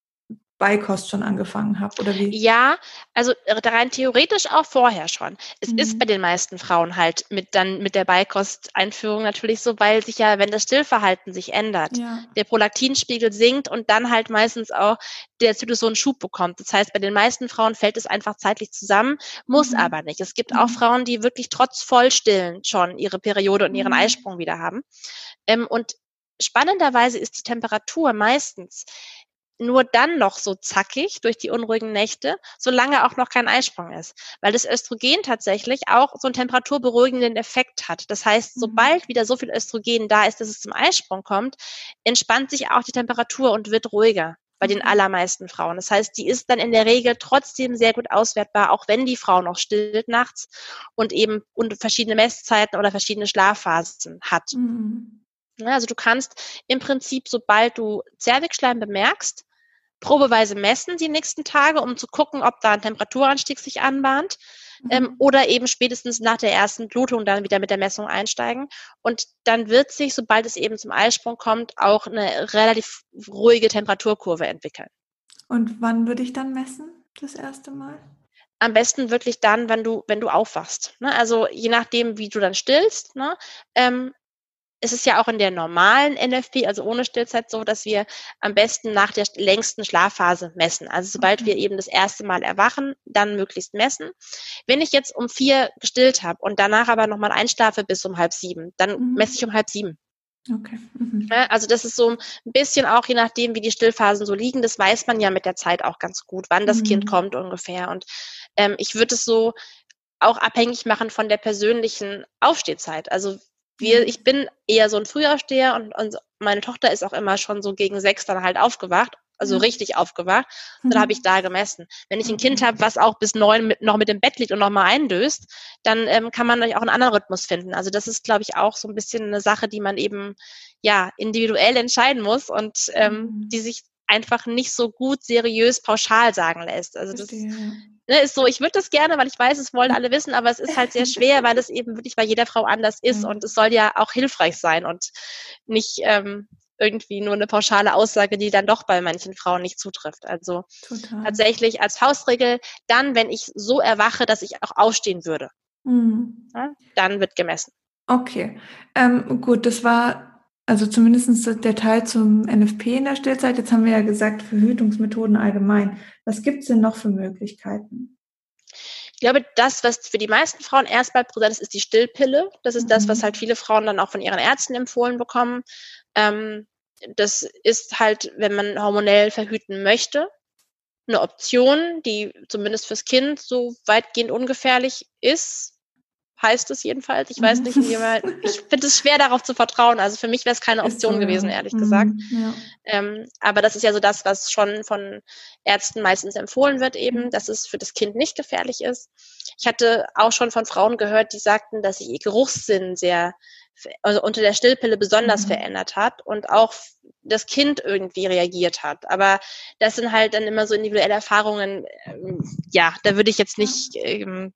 Beikost schon angefangen habe, oder wie? Ja, also rein theoretisch auch vorher schon. Es mhm. ist bei den meisten Frauen halt mit dann mit der Beikosteinführung natürlich so, weil sich ja, wenn das Stillverhalten sich ändert, ja. der Prolaktinspiegel sinkt und dann halt meistens auch der Zyklus so einen Schub bekommt. Das heißt, bei den meisten Frauen fällt es einfach zeitlich zusammen, muss mhm. aber nicht. Es gibt mhm. auch Frauen, die wirklich trotz Vollstillen schon ihre Periode und ihren mhm. Eisprung wieder haben. Ähm, und spannenderweise ist die Temperatur meistens nur dann noch so zackig durch die unruhigen Nächte, solange auch noch kein Eisprung ist. Weil das Östrogen tatsächlich auch so einen temperaturberuhigenden Effekt hat. Das heißt, sobald wieder so viel Östrogen da ist, dass es zum Eisprung kommt, entspannt sich auch die Temperatur und wird ruhiger bei den allermeisten Frauen. Das heißt, die ist dann in der Regel trotzdem sehr gut auswertbar, auch wenn die Frau noch stillt nachts und eben und verschiedene Messzeiten oder verschiedene Schlafphasen hat. Mhm. Also du kannst im Prinzip, sobald du Zervixschleim bemerkst, probeweise messen die nächsten Tage, um zu gucken, ob da ein Temperaturanstieg sich anbahnt, mhm. ähm, oder eben spätestens nach der ersten Blutung dann wieder mit der Messung einsteigen. Und dann wird sich, sobald es eben zum Eisprung kommt, auch eine relativ ruhige Temperaturkurve entwickeln. Und wann würde ich dann messen, das erste Mal? Am besten wirklich dann, wenn du, wenn du aufwachst. Ne? Also je nachdem, wie du dann stillst, ne? ähm, es ist ja auch in der normalen N F P, also ohne Stillzeit, so, dass wir am besten nach der längsten Schlafphase messen. Also sobald okay. wir eben das erste Mal erwachen, dann möglichst messen. Wenn ich jetzt um vier gestillt habe und danach aber nochmal einschlafe bis um halb sieben, dann mhm. messe ich um halb sieben. Okay. Mhm. Ja, also das ist so ein bisschen auch, je nachdem, wie die Stillphasen so liegen, das weiß man ja mit der Zeit auch ganz gut, wann das mhm. Kind kommt ungefähr. Und ähm, ich würde es so auch abhängig machen von der persönlichen Aufstehzeit. Also Wir, ich bin eher so ein Frühaufsteher und, und meine Tochter ist auch immer schon so gegen sechs dann halt aufgewacht, also ja. richtig aufgewacht. Und dann habe ich da gemessen. Wenn ich ein Kind habe, was auch bis neun mit, noch mit dem Bett liegt und noch mal eindöst, dann ähm, kann man natürlich auch einen anderen Rhythmus finden. Also das ist, glaube ich, auch so ein bisschen eine Sache, die man eben ja individuell entscheiden muss und ähm, mhm. die sich einfach nicht so gut seriös pauschal sagen lässt. Also das ne, ist so, ich würde das gerne, weil ich weiß, es wollen alle wissen, aber es ist halt sehr schwer, weil es eben wirklich bei jeder Frau anders ist und es soll ja auch hilfreich sein und nicht ähm, irgendwie nur eine pauschale Aussage, die dann doch bei manchen Frauen nicht zutrifft. Also Total. Tatsächlich als Faustregel, dann, wenn ich so erwache, dass ich auch aufstehen würde, mhm. ja, dann wird gemessen. Okay, ähm, gut, das war also zumindest der Teil zum N F P in der Stillzeit. Jetzt haben wir ja gesagt, Verhütungsmethoden allgemein. Was gibt es denn noch für Möglichkeiten? Ich glaube, das, was für die meisten Frauen erstmal präsent ist, ist die Stillpille. Das ist mhm. das, was halt viele Frauen dann auch von ihren Ärzten empfohlen bekommen. Ähm, das ist halt, wenn man hormonell verhüten möchte, eine Option, die zumindest fürs Kind so weitgehend ungefährlich ist. Heißt es jedenfalls. Ich weiß nicht, inwieweit. Ich finde es schwer, darauf zu vertrauen. Also für mich wäre es keine Option so, gewesen, ja. ehrlich mhm, gesagt. Ja. Ähm, aber das ist ja so das, was schon von Ärzten meistens empfohlen wird, eben, mhm. dass es für das Kind nicht gefährlich ist. Ich hatte auch schon von Frauen gehört, die sagten, dass sich ihr Geruchssinn sehr, also unter der Stillpille besonders mhm. verändert hat und auch das Kind irgendwie reagiert hat. Aber das sind halt dann immer so individuelle Erfahrungen. Ähm, ja, da würde ich jetzt nicht ähm,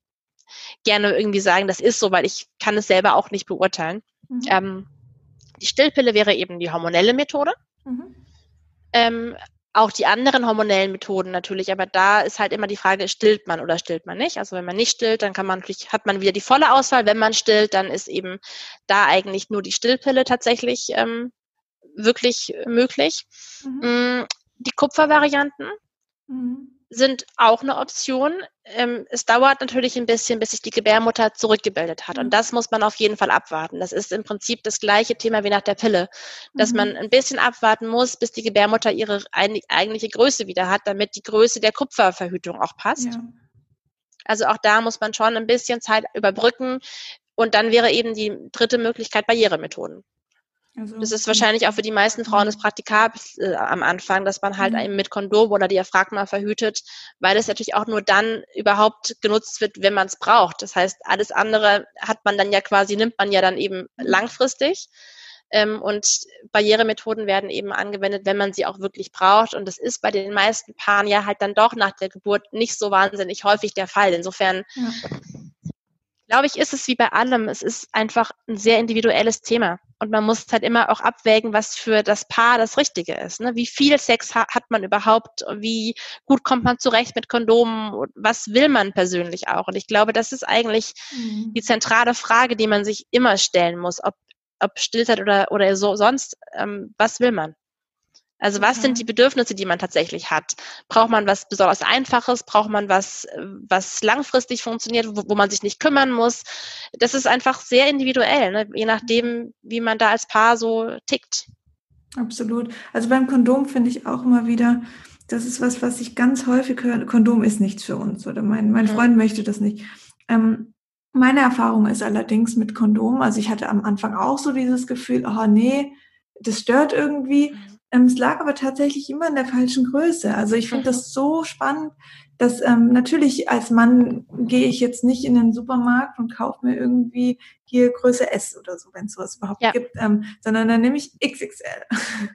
gerne irgendwie sagen, das ist so, weil ich kann es selber auch nicht beurteilen. Mhm. Ähm, die Stillpille wäre eben die hormonelle Methode. Mhm. Ähm, auch die anderen hormonellen Methoden natürlich, aber da ist halt immer die Frage, stillt man oder stillt man nicht? Also wenn man nicht stillt, dann kann man natürlich, hat man wieder die volle Auswahl. Wenn man stillt, dann ist eben da eigentlich nur die Stillpille tatsächlich ähm, wirklich möglich. Mhm. Die Kupfervarianten mhm. sind auch eine Option. Ähm, es dauert natürlich ein bisschen, bis sich die Gebärmutter zurückgebildet hat. Und das muss man auf jeden Fall abwarten. Das ist im Prinzip das gleiche Thema wie nach der Pille, dass Mhm. man ein bisschen abwarten muss, bis die Gebärmutter ihre ein, eigentliche Größe wieder hat, damit die Größe der Kupferverhütung auch passt. Ja. Also auch da muss man schon ein bisschen Zeit überbrücken. Und dann wäre eben die dritte Möglichkeit Barrieremethoden. Also, Das ist wahrscheinlich auch für die meisten Frauen das Praktikabel äh, am Anfang, dass man halt Mhm. eben mit Kondom oder Diaphragma verhütet, weil es natürlich auch nur dann überhaupt genutzt wird, wenn man es braucht. Das heißt, alles andere hat man dann ja quasi, nimmt man ja dann eben langfristig. Ähm, und Barrieremethoden werden eben angewendet, wenn man sie auch wirklich braucht. Und das ist bei den meisten Paaren ja halt dann doch nach der Geburt nicht so wahnsinnig häufig der Fall. Insofern ja. glaube ich, ist es wie bei allem. Es ist einfach ein sehr individuelles Thema. Und man muss halt immer auch abwägen, was für das Paar das Richtige ist. Ne? Wie viel Sex ha- hat man überhaupt? Wie gut kommt man zurecht mit Kondomen? Was will man persönlich auch? Und ich glaube, das ist eigentlich Mhm. die zentrale Frage, die man sich immer stellen muss. Ob, ob Stillzeit oder, oder so sonst, ähm, was will man? Also was sind die Bedürfnisse, die man tatsächlich hat? Braucht man was besonders Einfaches? Braucht man was, was langfristig funktioniert, wo, wo man sich nicht kümmern muss? Das ist einfach sehr individuell, ne? Je nachdem, wie man da als Paar so tickt. Absolut. Also beim Kondom finde ich auch immer wieder, das ist was, was ich ganz häufig höre, Kondom ist nichts für uns oder mein, mein Freund Mhm. möchte das nicht. Ähm, meine Erfahrung ist allerdings mit Kondom, also ich hatte am Anfang auch so dieses Gefühl, oh nee, das stört irgendwie. Mhm. Ähm, es lag aber tatsächlich immer in der falschen Größe. Also ich finde Mhm. das so spannend, dass ähm, natürlich als Mann gehe ich jetzt nicht in den Supermarkt und kaufe mir irgendwie hier Größe S oder so, wenn es sowas überhaupt Ja. gibt, ähm, sondern dann nehme ich X X L.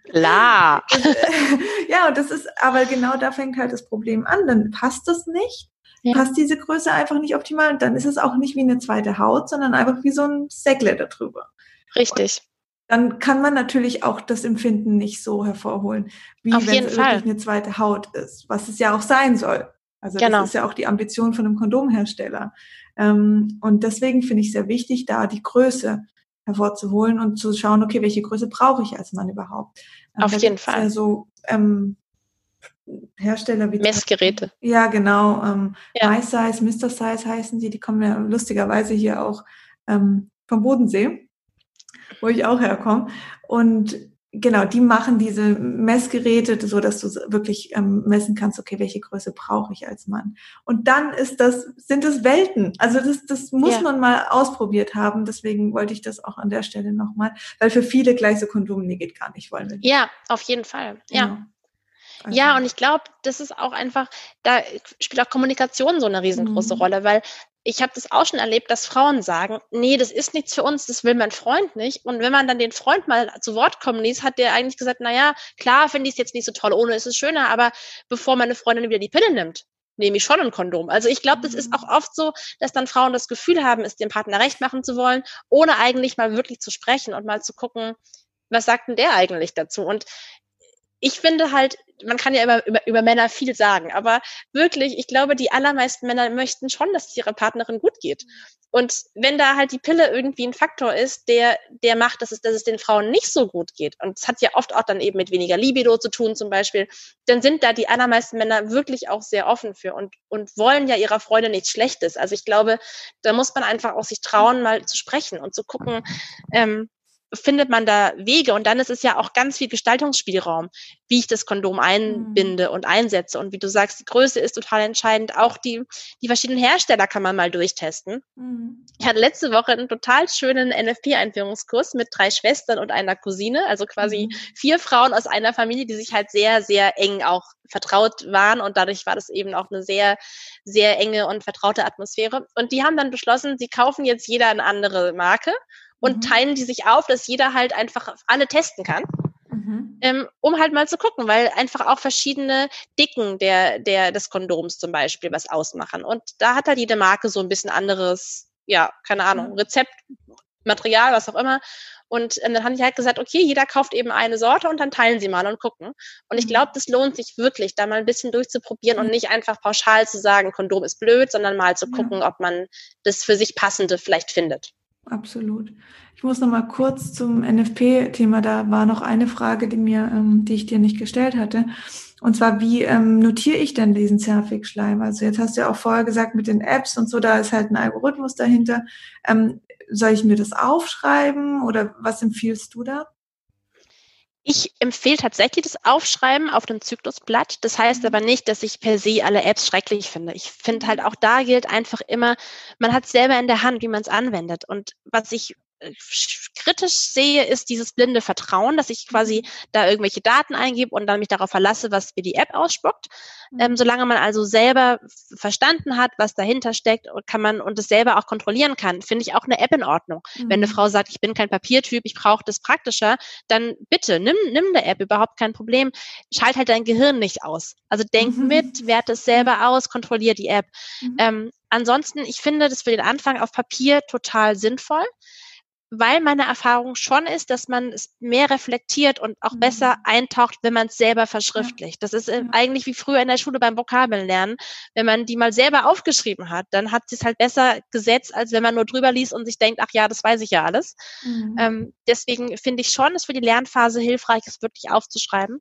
Klar. Das, äh, ja, und das ist, aber genau da fängt halt das Problem an. Dann passt das nicht, Ja. passt diese Größe einfach nicht optimal. Und dann ist es auch nicht wie eine zweite Haut, sondern einfach wie so ein Säckle da drüber. Richtig. Dann kann man natürlich auch das Empfinden nicht so hervorholen, wie Auf wenn jeden es Fall. wirklich eine zweite Haut ist, was es ja auch sein soll. Also Genau. das ist ja auch die Ambition von einem Kondomhersteller. Ähm, und deswegen finde ich sehr wichtig, da die Größe hervorzuholen und zu schauen, okay, welche Größe brauche ich als Mann überhaupt? Ähm, Auf da jeden gibt's Fall. ja so ähm, Hersteller wie Messgeräte. Ja, genau. Ähm, Ja. My Size, Mister Size heißen die. Die kommen ja lustigerweise hier auch ähm, vom Bodensee, wo ich auch herkomme. Und genau, die machen diese Messgeräte, so dass du wirklich ähm, messen kannst, okay, welche Größe brauche ich als Mann. Und dann ist das, sind es Welten. Also das, das muss Ja. man mal ausprobiert haben. Deswegen wollte ich das auch an der Stelle nochmal, weil für viele gleich so Kondom, nee, geht gar nicht, wollen wir nicht. Ja, auf jeden Fall. Ja. Genau. Also, Ja, und ich glaube, das ist auch einfach, da spielt auch Kommunikation so eine riesengroße Mhm. Rolle, weil ich habe das auch schon erlebt, dass Frauen sagen, nee, das ist nichts für uns, das will mein Freund nicht. Und wenn man dann den Freund mal zu Wort kommen ließ, hat der eigentlich gesagt, na ja, klar finde ich es jetzt nicht so toll, ohne ist es schöner, aber bevor meine Freundin wieder die Pille nimmt, nehme ich schon ein Kondom. Also ich glaube, das ist auch oft so, dass dann Frauen das Gefühl haben, es dem Partner recht machen zu wollen, ohne eigentlich mal wirklich zu sprechen und mal zu gucken, was sagt denn der eigentlich dazu? Und ich finde halt, man kann ja immer über, über Männer viel sagen, aber wirklich, ich glaube, die allermeisten Männer möchten schon, dass es ihrer Partnerin gut geht. Und wenn da halt die Pille irgendwie ein Faktor ist, der, der macht, dass es, dass es den Frauen nicht so gut geht, und es hat ja oft auch dann eben mit weniger Libido zu tun zum Beispiel, dann sind da die allermeisten Männer wirklich auch sehr offen für und, und wollen ja ihrer Freundin nichts Schlechtes. Also ich glaube, da muss man einfach auch sich trauen, mal zu sprechen und zu gucken, ähm, findet man da Wege, und dann ist es ja auch ganz viel Gestaltungsspielraum, wie ich das Kondom einbinde mhm. und einsetze, und wie du sagst, die Größe ist total entscheidend, auch die, die verschiedenen Hersteller kann man mal durchtesten. Mhm. Ich hatte letzte Woche einen total schönen N F P-Einführungskurs mit drei Schwestern und einer Cousine, also quasi mhm. vier Frauen aus einer Familie, die sich halt sehr, sehr eng auch vertraut waren, und dadurch war das eben auch eine sehr, sehr enge und vertraute Atmosphäre, und die haben dann beschlossen, sie kaufen jetzt jeder eine andere Marke und mhm. teilen die sich auf, dass jeder halt einfach alle testen kann, mhm. ähm, um halt mal zu gucken, weil einfach auch verschiedene Dicken der, der, des Kondoms zum Beispiel was ausmachen. Und da hat halt jede Marke so ein bisschen anderes, ja, keine Ahnung, Rezept, Material, was auch immer. Und ähm, dann haben die halt gesagt, okay, jeder kauft eben eine Sorte und dann teilen sie mal und gucken. Und ich glaube, das lohnt sich wirklich, da mal ein bisschen durchzuprobieren, mhm. und nicht einfach pauschal zu sagen, Kondom ist blöd, sondern mal zu gucken, ja. ob man das für sich Passende vielleicht findet. absolut. Ich muss noch mal kurz zum N F P-Thema, da war noch eine Frage, die mir, ähm, die ich dir nicht gestellt hatte. Und zwar, wie ähm, notiere ich denn diesen Zervixschleim? Also jetzt hast du ja auch vorher gesagt, mit den Apps und so, da ist halt ein Algorithmus dahinter. Ähm, soll ich mir das aufschreiben oder was empfiehlst du da? Ich empfehle tatsächlich das Aufschreiben auf dem Zyklusblatt. Das heißt aber nicht, dass ich per se alle Apps schrecklich finde. Ich finde halt auch da gilt einfach immer, man hat selber in der Hand, wie man es anwendet. Und was ich äh, kritisch sehe, ist dieses blinde Vertrauen, dass ich quasi da irgendwelche Daten eingebe und dann mich darauf verlasse, was mir die App ausspuckt. Mhm. Ähm, solange man also selber verstanden hat, was dahinter steckt, kann man und es selber auch kontrollieren kann, finde ich auch eine App in Ordnung. Mhm. Wenn eine Frau sagt, ich bin kein Papiertyp, ich brauche das praktischer, dann bitte, nimm, nimm eine App, überhaupt kein Problem. Schalt halt dein Gehirn nicht aus. Also denk Mhm. mit, werte es selber aus, kontrollier die App. Mhm. Ähm, ansonsten, ich finde das für den Anfang auf Papier total sinnvoll, weil meine Erfahrung schon ist, dass man es mehr reflektiert und auch Mhm. besser eintaucht, wenn man es selber verschriftlicht. Das ist Ja. eigentlich wie früher in der Schule beim Vokabeln lernen. Wenn man die mal selber aufgeschrieben hat, dann hat es halt besser gesetzt, als wenn man nur drüber liest und sich denkt, ach ja, das weiß ich ja alles. Mhm. Ähm, deswegen finde ich schon, es für die Lernphase hilfreich ist, wirklich aufzuschreiben,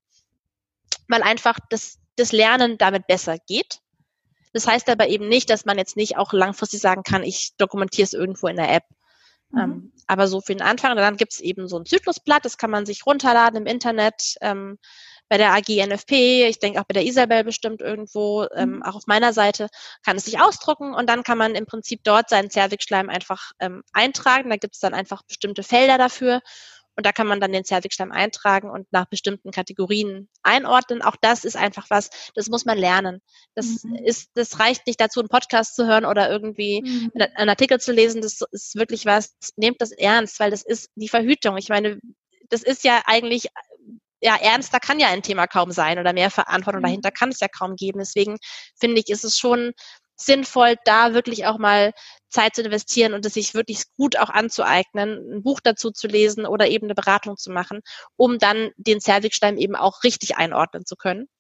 weil einfach das, das Lernen damit besser geht. Das heißt aber eben nicht, dass man jetzt nicht auch langfristig sagen kann, ich dokumentiere es irgendwo in der App. Mhm. Ähm, aber so für den Anfang, dann gibt es eben so ein Zyklusblatt, das kann man sich runterladen im Internet, ähm, bei der A G N F P, ich denke auch bei der Isabel bestimmt irgendwo, ähm, Mhm. auch auf meiner Seite, kann es sich ausdrucken und dann kann man im Prinzip dort seinen Zervixschleim einfach ähm, eintragen. Da gibt es dann einfach bestimmte Felder dafür und da kann man dann den Zervixschleim eintragen und nach bestimmten Kategorien einordnen. Auch das ist einfach was, das muss man lernen. Das Mhm. ist, das reicht nicht dazu, einen Podcast zu hören oder irgendwie Mhm. einen Artikel zu lesen. Das ist wirklich was, nehmt das ernst, weil das ist die Verhütung. Ich meine, das ist ja eigentlich, ja, ernster kann ja ein Thema kaum sein oder mehr Verantwortung Ja. dahinter kann es ja kaum geben. Deswegen finde ich, ist es schon sinnvoll, da wirklich auch mal Zeit zu investieren und es sich wirklich gut auch anzueignen, ein Buch dazu zu lesen oder eben eine Beratung zu machen, um dann den Zervixschleim eben auch richtig einordnen zu können.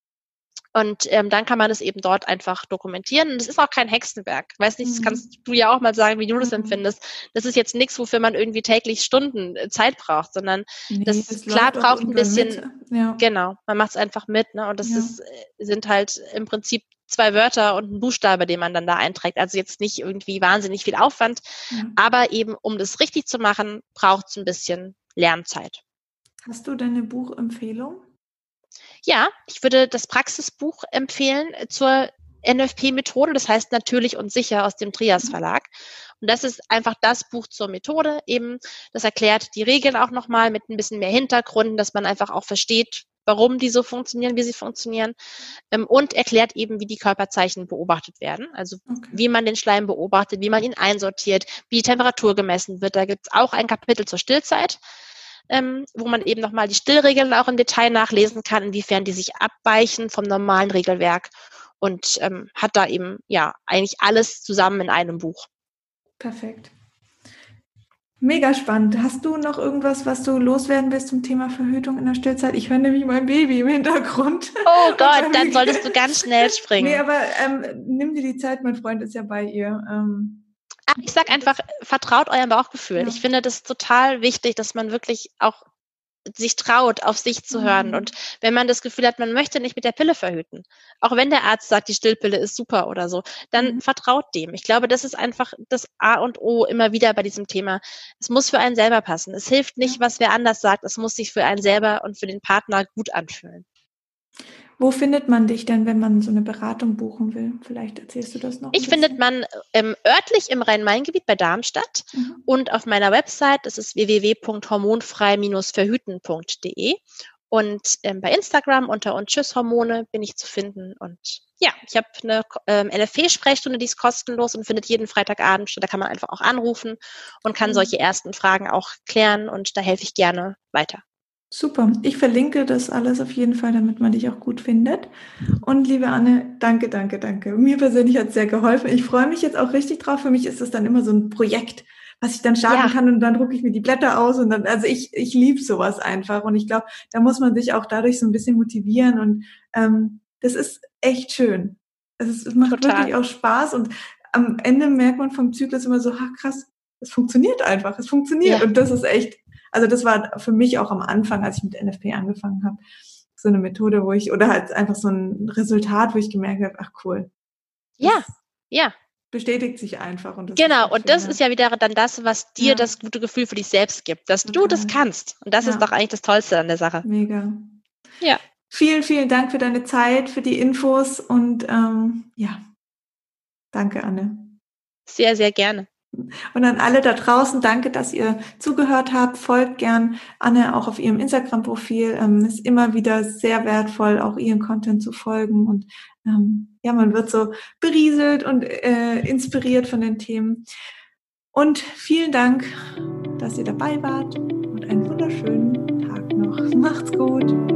Und ähm, dann kann man es eben dort einfach dokumentieren. Und es ist auch kein Hexenwerk. Weiß nicht, das Mhm. kannst du ja auch mal sagen, wie du das Mhm. empfindest. Das ist jetzt nichts, wofür man irgendwie täglich Stunden äh, Zeit braucht, sondern Nee, das das klar läuft auch braucht ein irgendwann bisschen, mit. Ja. genau, man macht es einfach mit, ne? Und das Ja. ist, sind halt im Prinzip zwei Wörter und ein Buchstabe, den man dann da einträgt. Also jetzt nicht irgendwie wahnsinnig viel Aufwand, Ja. aber eben, um das richtig zu machen, braucht es ein bisschen Lernzeit. Hast du denn eine Buchempfehlung? Ja, ich würde das Praxisbuch empfehlen zur N F P-Methode, das heißt natürlich und sicher aus dem Trias Verlag. Und das ist einfach das Buch zur Methode eben. Das erklärt die Regeln auch nochmal mit ein bisschen mehr Hintergrund, dass man einfach auch versteht, warum die so funktionieren, wie sie funktionieren. Und erklärt eben, wie die Körperzeichen beobachtet werden. Also Okay. wie man den Schleim beobachtet, wie man ihn einsortiert, wie die Temperatur gemessen wird. Da gibt es auch ein Kapitel zur Stillzeit. Ähm, wo man eben nochmal die Stillregeln auch im Detail nachlesen kann, inwiefern die sich abweichen vom normalen Regelwerk und ähm, hat da eben ja eigentlich alles zusammen in einem Buch. Perfekt. Mega spannend. Hast du noch irgendwas, was du loswerden willst zum Thema Verhütung in der Stillzeit? Ich höre nämlich mein Baby im Hintergrund. Oh Gott, dann solltest du ganz schnell springen. Nee, aber ähm, nimm dir die Zeit, mein Freund ist ja bei ihr. Ähm, Ach, ich sag einfach, vertraut eurem Bauchgefühl. Ja. Ich finde das total wichtig, dass man wirklich auch sich traut, auf sich zu hören. Mhm. Und wenn man das Gefühl hat, man möchte nicht mit der Pille verhüten, auch wenn der Arzt sagt, die Stillpille ist super oder so, dann Mhm. vertraut dem. Ich glaube, das ist einfach das A und O immer wieder bei diesem Thema. Es muss für einen selber passen. Es hilft nicht, Ja. was wer anders sagt. Es muss sich für einen selber und für den Partner gut anfühlen. Wo findet man dich denn, wenn man so eine Beratung buchen will? Vielleicht erzählst du das noch. Ich findet man ähm, örtlich im Rhein-Main-Gebiet bei Darmstadt mhm. und auf meiner Website, das ist w w w punkt hormonfrei verhüten punkt d e und ähm, bei Instagram unter und Tschüss Hormone bin ich zu finden und ja, ich habe eine ähm, N F P-Sprechstunde, die ist kostenlos und findet jeden Freitagabend statt. Da kann man einfach auch anrufen und kann mhm. solche ersten Fragen auch klären und da helfe ich gerne weiter. Super. Ich verlinke das alles auf jeden Fall, damit man dich auch gut findet. Und liebe Anne, danke, danke, danke. Mir persönlich hat es sehr geholfen. Ich freue mich jetzt auch richtig drauf. Für mich ist das dann immer so ein Projekt, was ich dann starten ja. kann und dann drucke ich mir die Blätter aus und dann, also ich, ich liebe sowas einfach und ich glaube, da muss man sich auch dadurch so ein bisschen motivieren und ähm, das ist echt schön. Also es macht Total. wirklich auch Spaß und am Ende merkt man vom Zyklus immer so, ha krass, es funktioniert einfach, es funktioniert. Ja. Und das ist echt, also das war für mich auch am Anfang, als ich mit N F P angefangen habe, so eine Methode, wo ich, oder halt einfach so ein Resultat, wo ich gemerkt habe, ach cool. Ja, ja. Bestätigt sich einfach. Und das Genau, ist und das ist ja wieder dann das, was dir ja. das gute Gefühl für dich selbst gibt, dass Total. du das kannst. Und das ja. ist doch eigentlich das Tollste an der Sache. Mega. Ja. Vielen, vielen Dank für deine Zeit, für die Infos und ähm, ja, danke, Anne. Sehr, sehr gerne. Und an alle da draußen, danke, dass ihr zugehört habt. Folgt gern Anne auch auf ihrem Instagram-Profil. Ähm, ist immer wieder sehr wertvoll, auch ihren Content zu folgen. Und ähm, ja, man wird so berieselt und äh, inspiriert von den Themen. Und vielen Dank, dass ihr dabei wart und einen wunderschönen Tag noch. Macht's gut.